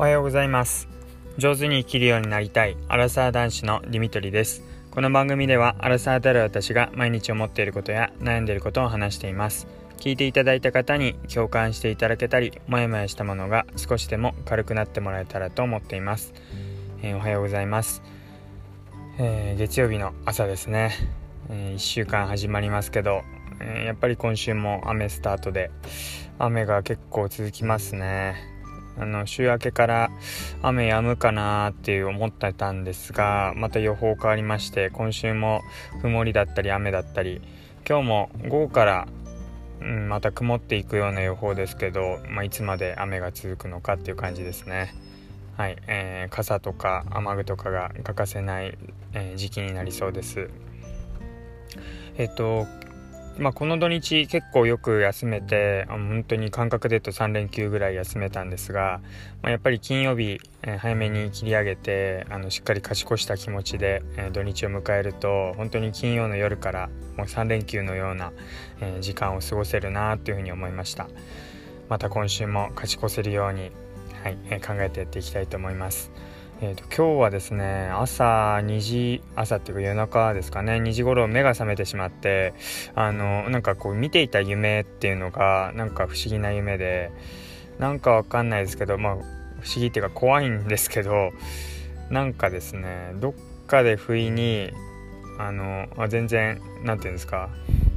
おはようございます。上手に生きるようになりたいアラサー男子のディミトリです。この番組ではアラサーである私が毎日思っていることや悩んでいることを話しています。聞いていただいた方に共感していただけたり、もやもやしたものが少しでも軽くなってもらえたらと思っています。おはようございます。月曜日の朝ですね。1週間始まりますけど、やっぱり今週も雨スタートで雨が結構続きますね。週明けから雨止むかなって思ってたんですが、また予報変わりまして、今週も曇りだったり雨だったり、今日も午後からまた曇っていくような予報ですけど、いつまで雨が続くのかっていう感じですね。はい、傘とか雨具とかが欠かせない、時期になりそうです。この土日結構よく休めて、本当に感覚で言うと3連休ぐらい休めたんですが、やっぱり金曜日、早めに切り上げてしっかり勝ち越した気持ちで、土日を迎えると本当に金曜の夜からもう3連休のような、時間を過ごせるなというふうに思いました。また今週も勝ち越せるように、考えてやっていきたいと思います。今日はですね、朝っていうか夜中ですかね、2時頃目が覚めてしまって、なんかこう見ていた夢っていうのがなんか不思議な夢で、なんかわかんないですけど、不思議っていうか怖いんですけど、なんかですね、どっかで不意に全然なんていうんですか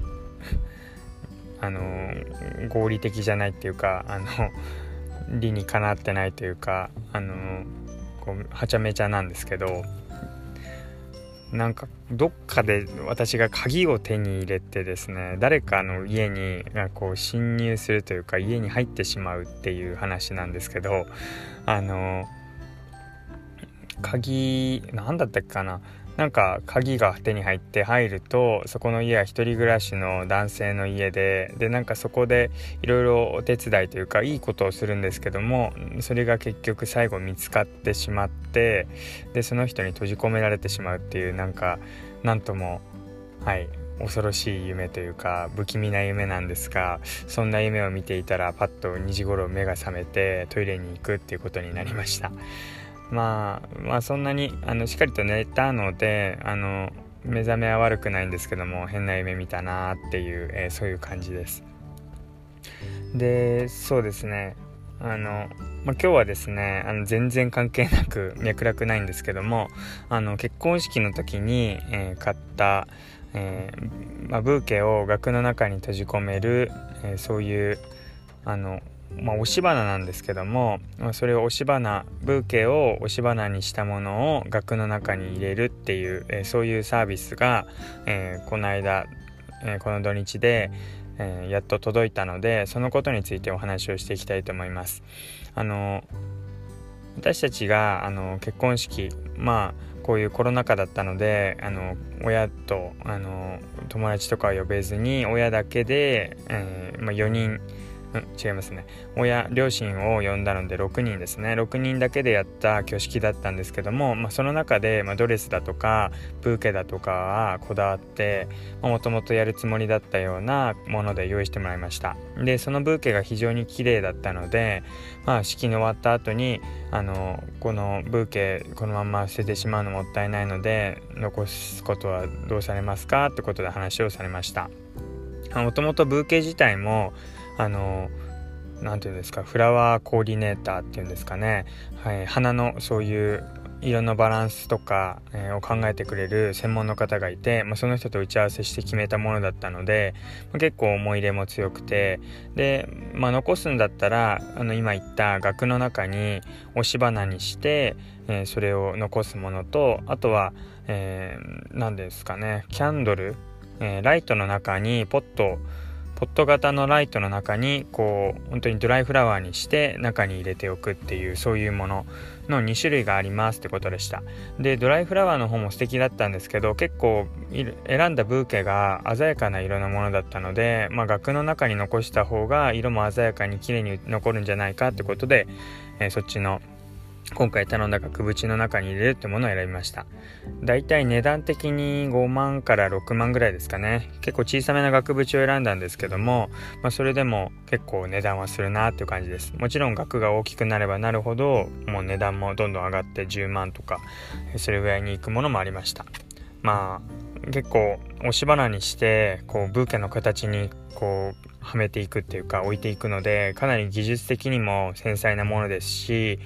合理的じゃないっていうか、理にかなってないというか、はちゃめちゃなんですけど、なんかどっかで私が鍵を手に入れてですね、誰かの家にこう侵入するというか、家に入ってしまうっていう話なんですけど、鍵なんだったっけかな、なんか鍵が手に入って入ると、そこの家は一人暮らしの男性の家でなんかそこでいろいろお手伝いというかいいことをするんですけども、それが結局最後見つかってしまって、でその人に閉じ込められてしまうっていう、なんとも恐ろしい夢というか不気味な夢なんですが、そんな夢を見ていたらパッと2時頃目が覚めてトイレに行くっていうことになりました。そんなにしっかりと寝たので目覚めは悪くないんですけども、変な夢見たなっていう、そういう感じです。でそうですね、今日はですね、全然関係なく脈絡ないんですけども、結婚式の時に、買った、ブーケを額の中に閉じ込める、そういう押し花なんですけども、それをブーケを押し花にしたものを額の中に入れるっていう、そういうサービスが、この間、この土日で、やっと届いたので、そのことについてお話をしていきたいと思います。私たちが結婚式、こういうコロナ禍だったので親と友達とかを呼べずに親だけで、4人違いますね、両親を呼んだので6人ですね。6人だけでやった挙式だったんですけども、その中で、ドレスだとかブーケだとかはこだわってもともとやるつもりだったようなもので用意してもらいました。でそのブーケが非常に綺麗だったので、式の終わった後にこのブーケこのまま捨ててしまうのもったいないので、残すことはどうされますかってことで話をされました。もともとブーケ自体もなんていうんですか、フラワーコーディネーターっていうんですかね、花のそういう色のバランスとか、を考えてくれる専門の方がいて、その人と打ち合わせして決めたものだったので、結構思い入れも強くて、で、残すんだったら今言った額の中に押し花にして、それを残すものと、あとは、何ですかね、キャンドル、ライトの中にポット型のライトの中にこう本当にドライフラワーにして中に入れておくっていう、そういうものの2種類がありますってことでした。でドライフラワーの方も素敵だったんですけど、結構選んだブーケが鮮やかな色のものだったので、額の中に残した方が色も鮮やかに綺麗に残るんじゃないかってことで、そっちの今回頼んだ額縁の中に入れるってものを選びました。だいたい値段的に5万から6万ぐらいですかね。結構小さめな額縁を選んだんですけども、それでも結構値段はするなっていう感じです。もちろん額が大きくなればなるほどもう値段もどんどん上がって10万とかそれぐらいに行くものもありました。結構押し花にしてブーケの形にはめていくっていうか置いていくので、かなり技術的にも繊細なものですし、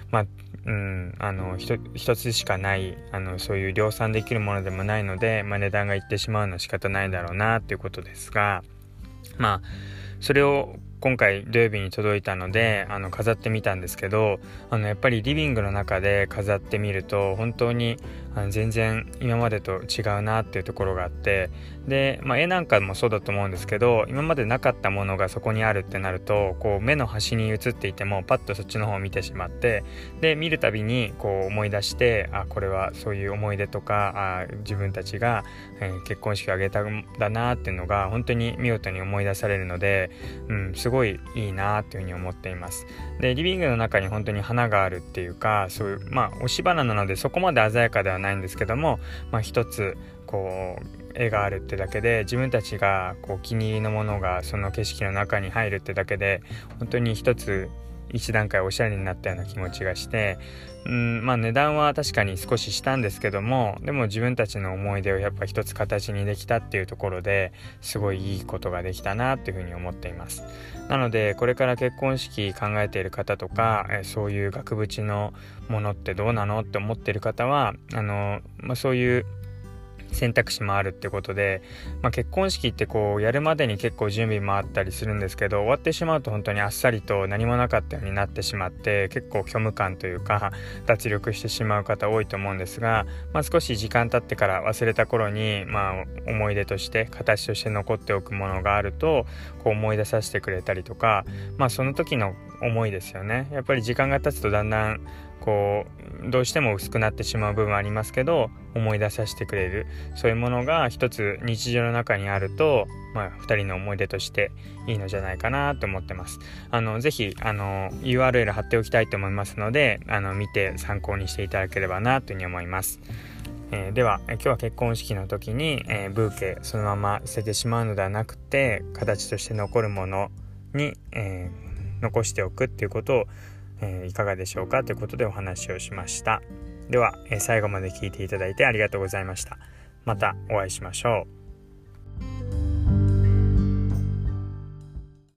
一つしかないそういう量産できるものでもないので、値段がいってしまうのは仕方ないだろうなっていうことですが、それを今回土曜日に届いたので飾ってみたんですけど、やっぱりリビングの中で飾ってみると本当に全然今までと違うなっていうところがあって、で、絵なんかもそうだと思うんですけど、今までなかったものがそこにあるってなると目の端に映っていてもパッとそっちの方を見てしまって、で見るたびに思い出して、これはそういう思い出とか自分たちが、結婚式を挙げたんだなっていうのが本当に見事に思い出されるので、すごいいいなっていうふうに思っています。でリビングの中に本当に花があるっていうか、そういう押し花なのでそこまで鮮やかではないんですけども、一つ絵があるってだけで、自分たちがお気に入りのものがその景色の中に入るってだけで本当に一段階おしゃれになったような気持ちがして、値段は確かに少ししたんですけども、でも自分たちの思い出をやっぱ一つ形にできたっていうところですごいいいことができたなっていうふうに思っています。なのでこれから結婚式考えている方とか、そういう額縁のものってどうなのって思っている方はそういう選択肢もあるってことで、結婚式ってやるまでに結構準備もあったりするんですけど、終わってしまうと本当にあっさりと何もなかったようになってしまって、結構虚無感というか脱力してしまう方多いと思うんですが、少し時間経ってから忘れた頃に、思い出として形として残っておくものがあると思い出させてくれたりとか、その時の思いですよね。やっぱり時間が経つとだんだんどうしても薄くなってしまう部分はありますけど、思い出させてくれるそういうものが一つ日常の中にあると、2人の思い出としていいのじゃないかなと思ってます。ぜひURL 貼っておきたいと思いますので見て参考にしていただければなというふうに思います。では今日は結婚式の時に、ブーケそのまま捨ててしまうのではなくて、形として残るものに、残しておくっていうことをいかがでしょうかということでお話をしました。では、最後まで聞いていただいてありがとうございました。またお会いしましょう。